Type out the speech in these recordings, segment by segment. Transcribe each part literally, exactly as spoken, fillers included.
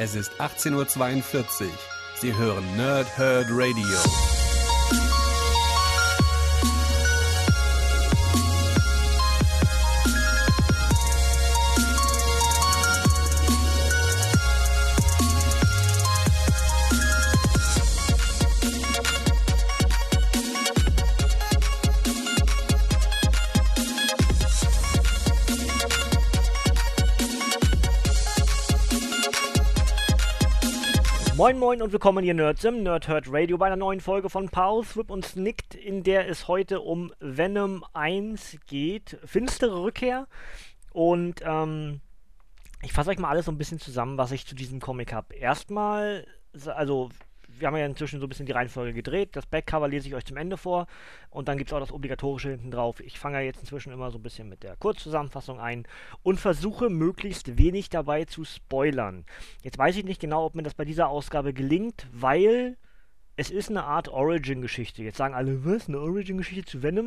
Es ist achtzehn Uhr zweiundvierzig. Sie hören Nerd Herd Radio. Moin Moin und willkommen ihr Nerds im Nerd Herd Radio bei einer neuen Folge von Pause, Thrip und Snicked, in der es heute um Venom eins geht. Finstere Rückkehr. Und ähm, ich fasse euch mal alles so ein bisschen zusammen, was ich zu diesem Comic habe. Erstmal, also wir haben ja inzwischen so ein bisschen die Reihenfolge gedreht. Das Backcover lese ich euch zum Ende vor. Und dann gibt es auch das Obligatorische hinten drauf. Ich fange ja jetzt inzwischen immer so ein bisschen mit der Kurzzusammenfassung ein und versuche möglichst wenig dabei zu spoilern. Jetzt weiß ich nicht genau, ob mir das bei dieser Ausgabe gelingt, weil es ist eine Art Origin-Geschichte. Jetzt sagen alle, was, eine Origin-Geschichte zu Venom?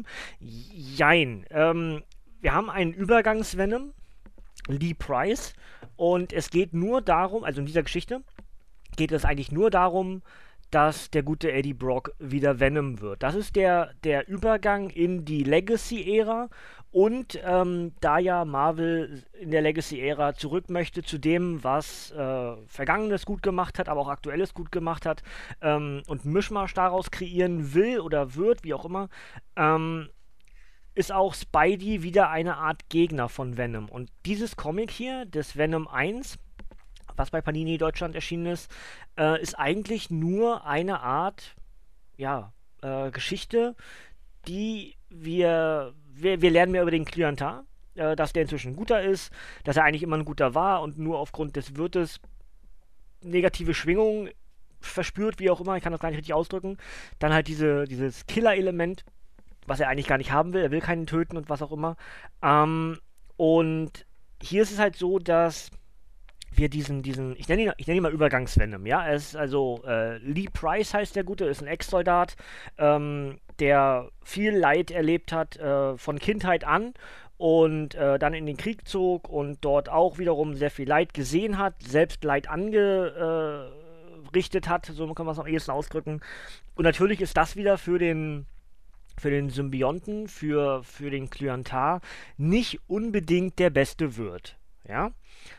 Jein. Ähm, wir haben einen Übergangs-Venom, Lee Price, und es geht nur darum, also in dieser Geschichte, geht es eigentlich nur darum, dass der gute Eddie Brock wieder Venom wird. Das ist der, der Übergang in die Legacy-Ära und ähm, da ja Marvel in der Legacy-Ära zurück möchte zu dem, was äh, Vergangenes gut gemacht hat, aber auch Aktuelles gut gemacht hat ähm, und Mischmasch daraus kreieren will oder wird, wie auch immer, ähm, ist auch Spidey wieder eine Art Gegner von Venom. Und dieses Comic hier, das Venom eins, was bei Panini Deutschland erschienen ist, äh, ist eigentlich nur eine Art, ja, äh, Geschichte, die wir, wir, wir lernen mehr über den Klientar, äh, dass der inzwischen ein guter ist, dass er eigentlich immer ein guter war und nur aufgrund des Wirtes negative Schwingungen verspürt, wie auch immer, ich kann das gar nicht richtig ausdrücken. Dann halt diese, dieses Killer-Element, was er eigentlich gar nicht haben will, er will keinen töten und was auch immer. Ähm, und hier ist es halt so, dass wir diesen, diesen, ich nenne ihn, ich nenne ihn mal Übergangs-Venom, ja, er ist also, äh, Lee Price heißt der Gute, ist ein Ex-Soldat, ähm, der viel Leid erlebt hat, äh, von Kindheit an und äh, dann in den Krieg zog und dort auch wiederum sehr viel Leid gesehen hat, selbst Leid angerichtet hat, so kann man es am ehesten ausdrücken. Und natürlich ist das wieder für den für den Symbionten, für, für den Klientar nicht unbedingt der beste Wirt, ja.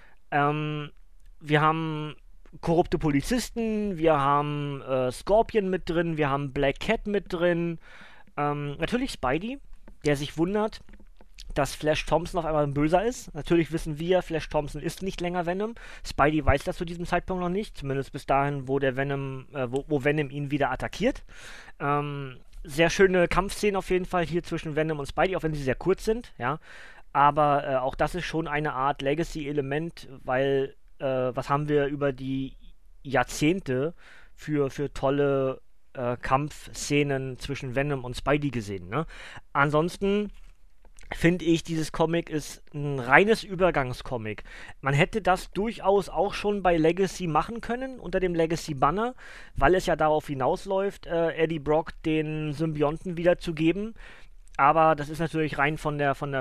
Ähm, wir haben korrupte Polizisten, wir haben äh, Scorpion mit drin, wir haben Black Cat mit drin, ähm, natürlich Spidey, der sich wundert, dass Flash Thompson auf einmal ein Böser ist. Natürlich wissen wir, Flash Thompson ist nicht länger Venom. Spidey weiß das zu diesem Zeitpunkt noch nicht, zumindest bis dahin, wo der Venom, äh, wo, wo Venom ihn wieder attackiert. Ähm, sehr schöne Kampfszenen auf jeden Fall hier zwischen Venom und Spidey, auch wenn sie sehr kurz sind, ja. Aber äh, auch das ist schon eine Art Legacy-Element, weil äh, was haben wir über die Jahrzehnte für, für tolle äh, Kampfszenen zwischen Venom und Spidey gesehen, ne? Ansonsten finde ich, dieses Comic ist ein reines Übergangscomic. Man hätte das durchaus auch schon bei Legacy machen können, unter dem Legacy-Banner, weil es ja darauf hinausläuft, äh, Eddie Brock den Symbionten wiederzugeben. Aber das ist natürlich rein von der, von der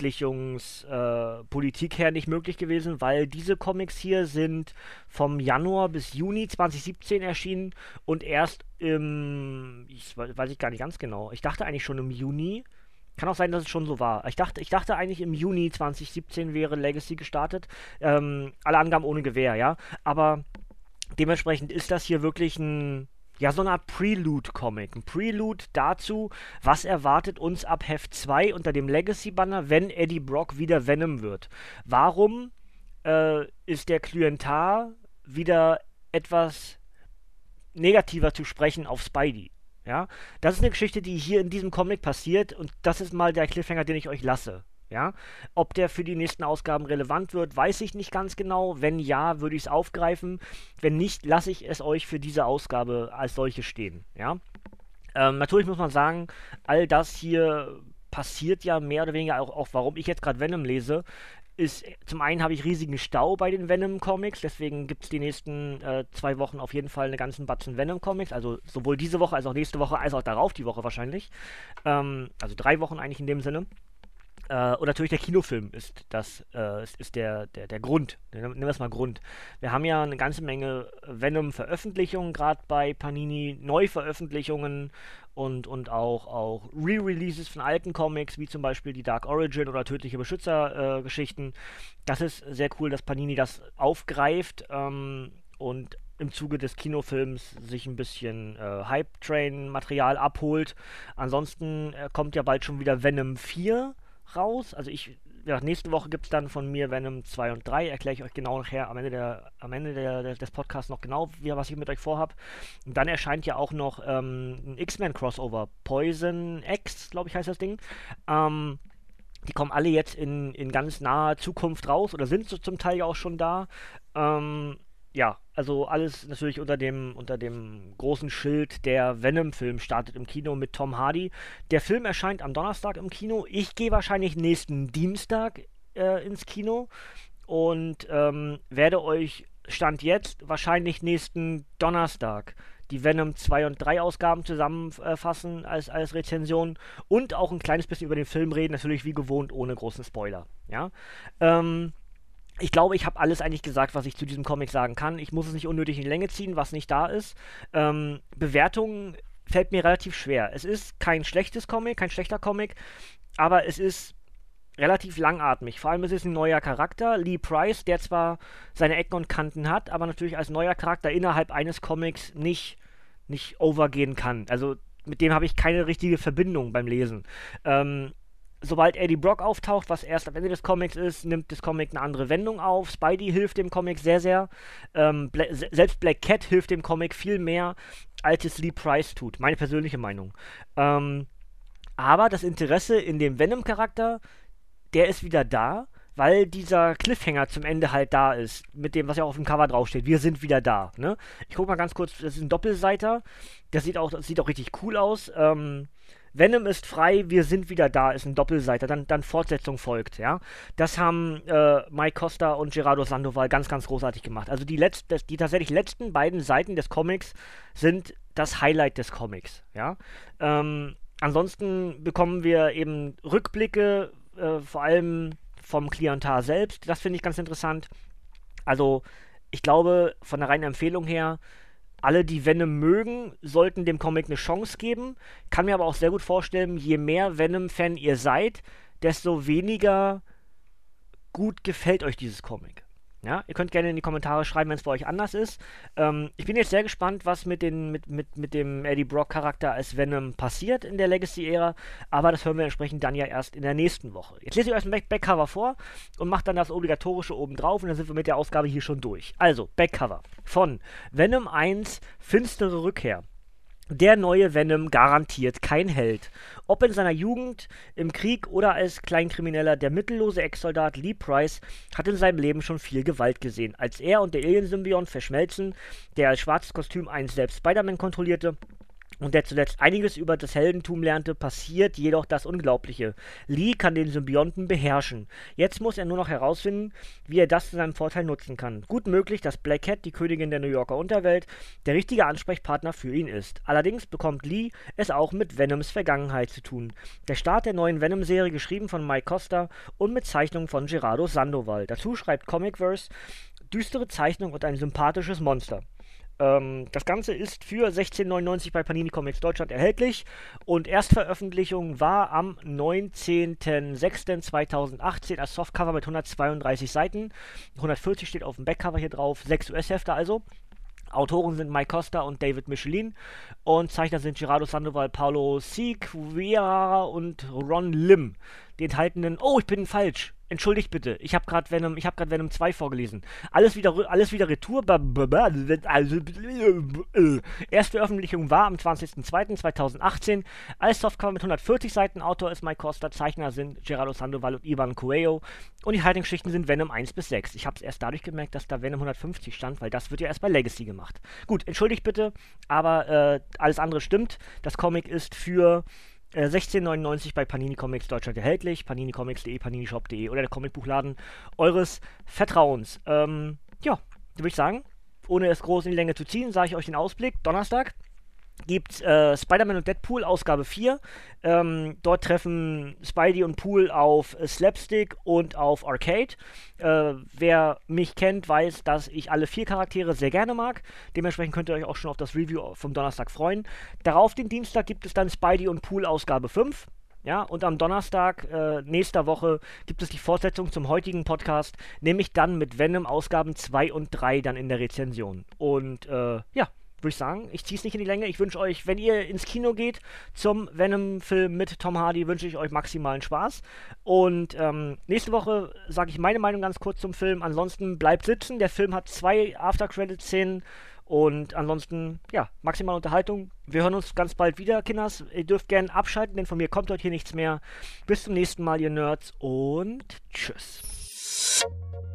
Veröffentlichungspolitik äh, her nicht möglich gewesen, weil diese Comics hier sind vom Januar bis Juni zwanzig siebzehn erschienen und erst im, ich weiß ich gar nicht ganz genau, ich dachte eigentlich schon im Juni, kann auch sein, dass es schon so war. Ich dachte, ich dachte eigentlich im Juni zwanzig siebzehn wäre Legacy gestartet, ähm, alle Angaben ohne Gewähr, ja, aber dementsprechend ist das hier wirklich ein, ja, so eine Art Prelude-Comic. Ein Prelude dazu, was erwartet uns ab Heft zwei unter dem Legacy-Banner, wenn Eddie Brock wieder Venom wird. Warum äh, ist der Klientar wieder etwas negativer zu sprechen auf Spidey? Ja, das ist eine Geschichte, die hier in diesem Comic passiert und das ist mal der Cliffhanger, den ich euch lasse. Ja, ob der für die nächsten Ausgaben relevant wird, weiß ich nicht ganz genau. Wenn ja, würde ich es aufgreifen. Wenn nicht, lasse ich es euch für diese Ausgabe als solche stehen. Ja, ähm, natürlich muss man sagen, all das hier passiert ja mehr oder weniger auch, auch warum ich jetzt gerade Venom lese, ist, zum einen habe ich riesigen Stau bei den Venom-Comics, deswegen gibt es die nächsten äh, zwei Wochen auf jeden Fall eine ganzen Batzen Venom-Comics, also sowohl diese Woche als auch nächste Woche, als auch darauf die Woche wahrscheinlich. Ähm, also drei Wochen eigentlich in dem Sinne. Äh, und natürlich der Kinofilm ist das, äh, ist, ist der, der, der Grund. Nehmen wir es mal Grund. Wir haben ja eine ganze Menge Venom-Veröffentlichungen, gerade bei Panini, Neuveröffentlichungen und, und auch, auch Re-Releases von alten Comics, wie zum Beispiel die Dark Origin oder Tödliche Beschützer-Geschichten. Das ist sehr cool, dass Panini das aufgreift ähm, und im Zuge des Kinofilms sich ein bisschen äh, Hype-Train-Material abholt. Ansonsten äh, kommt ja bald schon wieder Venom vier raus. Also ich, ja, nächste Woche gibt es dann von mir Venom zwei und drei. Erkläre ich euch genau nachher am Ende, der, am Ende der, der, des Podcasts noch genau, wie, was ich mit euch vorhab. Und dann erscheint ja auch noch ähm, ein X-Men-Crossover. Poison X, glaube ich, heißt das Ding. Ähm, die kommen alle jetzt in, in ganz naher Zukunft raus oder sind so zum Teil ja auch schon da. Ähm, ja, also alles natürlich unter dem, unter dem großen Schild, der Venom-Film startet im Kino mit Tom Hardy. Der Film erscheint am Donnerstag im Kino. Ich gehe wahrscheinlich nächsten Dienstag äh, ins Kino und ähm, werde euch Stand jetzt wahrscheinlich nächsten Donnerstag die Venom zwei und drei Ausgaben zusammenfassen als, als Rezension und auch ein kleines bisschen über den Film reden, natürlich wie gewohnt ohne großen Spoiler. Ja, ähm, ich glaube, ich habe alles eigentlich gesagt, was ich zu diesem Comic sagen kann. Ich muss es nicht unnötig in die Länge ziehen, was nicht da ist. Ähm, Bewertungen fällt mir relativ schwer. Es ist kein schlechtes Comic, kein schlechter Comic, aber es ist relativ langatmig. Vor allem ist es ein neuer Charakter, Lee Price, der zwar seine Ecken und Kanten hat, aber natürlich als neuer Charakter innerhalb eines Comics nicht, nicht overgehen kann. Also mit dem habe ich keine richtige Verbindung beim Lesen. Ähm, Sobald Eddie Brock auftaucht, was erst am Ende des Comics ist, nimmt das Comic eine andere Wendung auf. Spidey hilft dem Comic sehr, sehr. Ähm, Bla selbst Black Cat hilft dem Comic viel mehr, als es Lee Price tut. Meine persönliche Meinung. Ähm, aber das Interesse in dem Venom-Charakter, der ist wieder da, weil dieser Cliffhanger zum Ende halt da ist, mit dem, was ja auch auf dem Cover draufsteht. Wir sind wieder da. Ne? Ich guck mal ganz kurz, das ist ein Doppelseiter. Das sieht auch, das sieht auch richtig cool aus. Ähm, Venom ist frei, wir sind wieder da, ist ein Doppelseiter, dann, dann Fortsetzung folgt, ja. Das haben äh, Mike Costa und Gerardo Sandoval ganz, ganz großartig gemacht. Also die, letzt, das, die tatsächlich letzten beiden Seiten des Comics sind das Highlight des Comics, ja. Ähm, ansonsten bekommen wir eben Rückblicke, äh, vor allem vom Klientar selbst, das finde ich ganz interessant. Also, ich glaube, von der reinen Empfehlung her, alle, die Venom mögen, sollten dem Comic eine Chance geben. Kann mir aber auch sehr gut vorstellen, je mehr Venom-Fan ihr seid, desto weniger gut gefällt euch dieses Comic. Ja, ihr könnt gerne in die Kommentare schreiben, wenn es bei euch anders ist. Ähm, ich bin jetzt sehr gespannt, was mit, den, mit, mit, mit dem Eddie Brock-Charakter als Venom passiert in der Legacy-Ära, aber das hören wir entsprechend dann ja erst in der nächsten Woche. Jetzt lese ich euch ein Back Backcover vor und mache dann das Obligatorische oben drauf und dann sind wir mit der Ausgabe hier schon durch. Also, Backcover von Venom eins, Finstere Rückkehr. Der neue Venom garantiert kein Held. Ob in seiner Jugend, im Krieg oder als Kleinkrimineller, der mittellose Ex-Soldat Lee Price hat in seinem Leben schon viel Gewalt gesehen. Als er und der Alien-Symbiont verschmelzen, der als schwarzes Kostüm einst selbst Spider-Man kontrollierte und der zuletzt einiges über das Heldentum lernte, passiert jedoch das Unglaubliche. Lee kann den Symbionten beherrschen. Jetzt muss er nur noch herausfinden, wie er das zu seinem Vorteil nutzen kann. Gut möglich, dass Black Cat, die Königin der New Yorker Unterwelt, der richtige Ansprechpartner für ihn ist. Allerdings bekommt Lee es auch mit Venoms Vergangenheit zu tun. Der Start der neuen Venom-Serie, geschrieben von Mike Costa und mit Zeichnungen von Gerardo Sandoval. Dazu schreibt Comicverse düstere Zeichnung und ein sympathisches Monster. Das Ganze ist für sechzehn neunundneunzig bei Panini Comics Deutschland erhältlich und Erstveröffentlichung war am neunzehnten sechsten zweitausendachtzehn als Softcover mit hundertzweiunddreißig Seiten. hundertvierzig steht auf dem Backcover hier drauf, sechs U S-Hefte also. Autoren sind Mike Costa und David Michelin und Zeichner sind Gerardo Sandoval, Paulo Sequeira und Ron Lim. Die enthaltenen... Oh, ich bin falsch. Entschuldigt bitte. Ich habe gerade Venom, ich habe gerade Venom zwei vorgelesen. Alles wieder, alles wieder Retour. Erstveröffentlichung war am zwanzigsten zweiten zweitausendachtzehn als Softcover mit hundertvierzig Seiten. Autor ist Mike Costa, Zeichner sind Gerardo Sandoval und Ivan Coelho und die Haltungsgeschichten sind Venom eins bis sechs. Ich habe es erst dadurch gemerkt, dass da Venom hundertfünfzig stand, weil das wird ja erst bei Legacy gemacht. Gut, entschuldigt bitte, aber äh, alles andere stimmt. Das Comic ist für Äh, sechzehn neunundneunzig bei Panini Comics Deutschland erhältlich, paninicomics punkt de, paninishop punkt de oder der Comicbuchladen eures Vertrauens. Ähm, ja, würde ich sagen, ohne es groß in die Länge zu ziehen, sage ich euch den Ausblick. Donnerstag gibt es äh, Spider-Man und Deadpool, Ausgabe vier. Ähm, dort treffen Spidey und Pool auf äh, Slapstick und auf Arcade. Äh, wer mich kennt, weiß, dass ich alle vier Charaktere sehr gerne mag. Dementsprechend könnt ihr euch auch schon auf das Review vom Donnerstag freuen. Darauf den Dienstag gibt es dann Spidey und Pool, Ausgabe fünf. Ja, und am Donnerstag äh, nächster Woche gibt es die Fortsetzung zum heutigen Podcast, nämlich dann mit Venom Ausgaben zwei und drei dann in der Rezension. Und äh, ja, würde ich sagen, ich ziehe es nicht in die Länge. Ich wünsche euch, wenn ihr ins Kino geht zum Venom-Film mit Tom Hardy, wünsche ich euch maximalen Spaß. Und ähm, nächste Woche sage ich meine Meinung ganz kurz zum Film. Ansonsten bleibt sitzen. Der Film hat zwei After-Credit-Szenen. Und ansonsten, ja, maximale Unterhaltung. Wir hören uns ganz bald wieder, Kinders. Ihr dürft gerne abschalten, denn von mir kommt heute hier nichts mehr. Bis zum nächsten Mal, ihr Nerds. Und tschüss.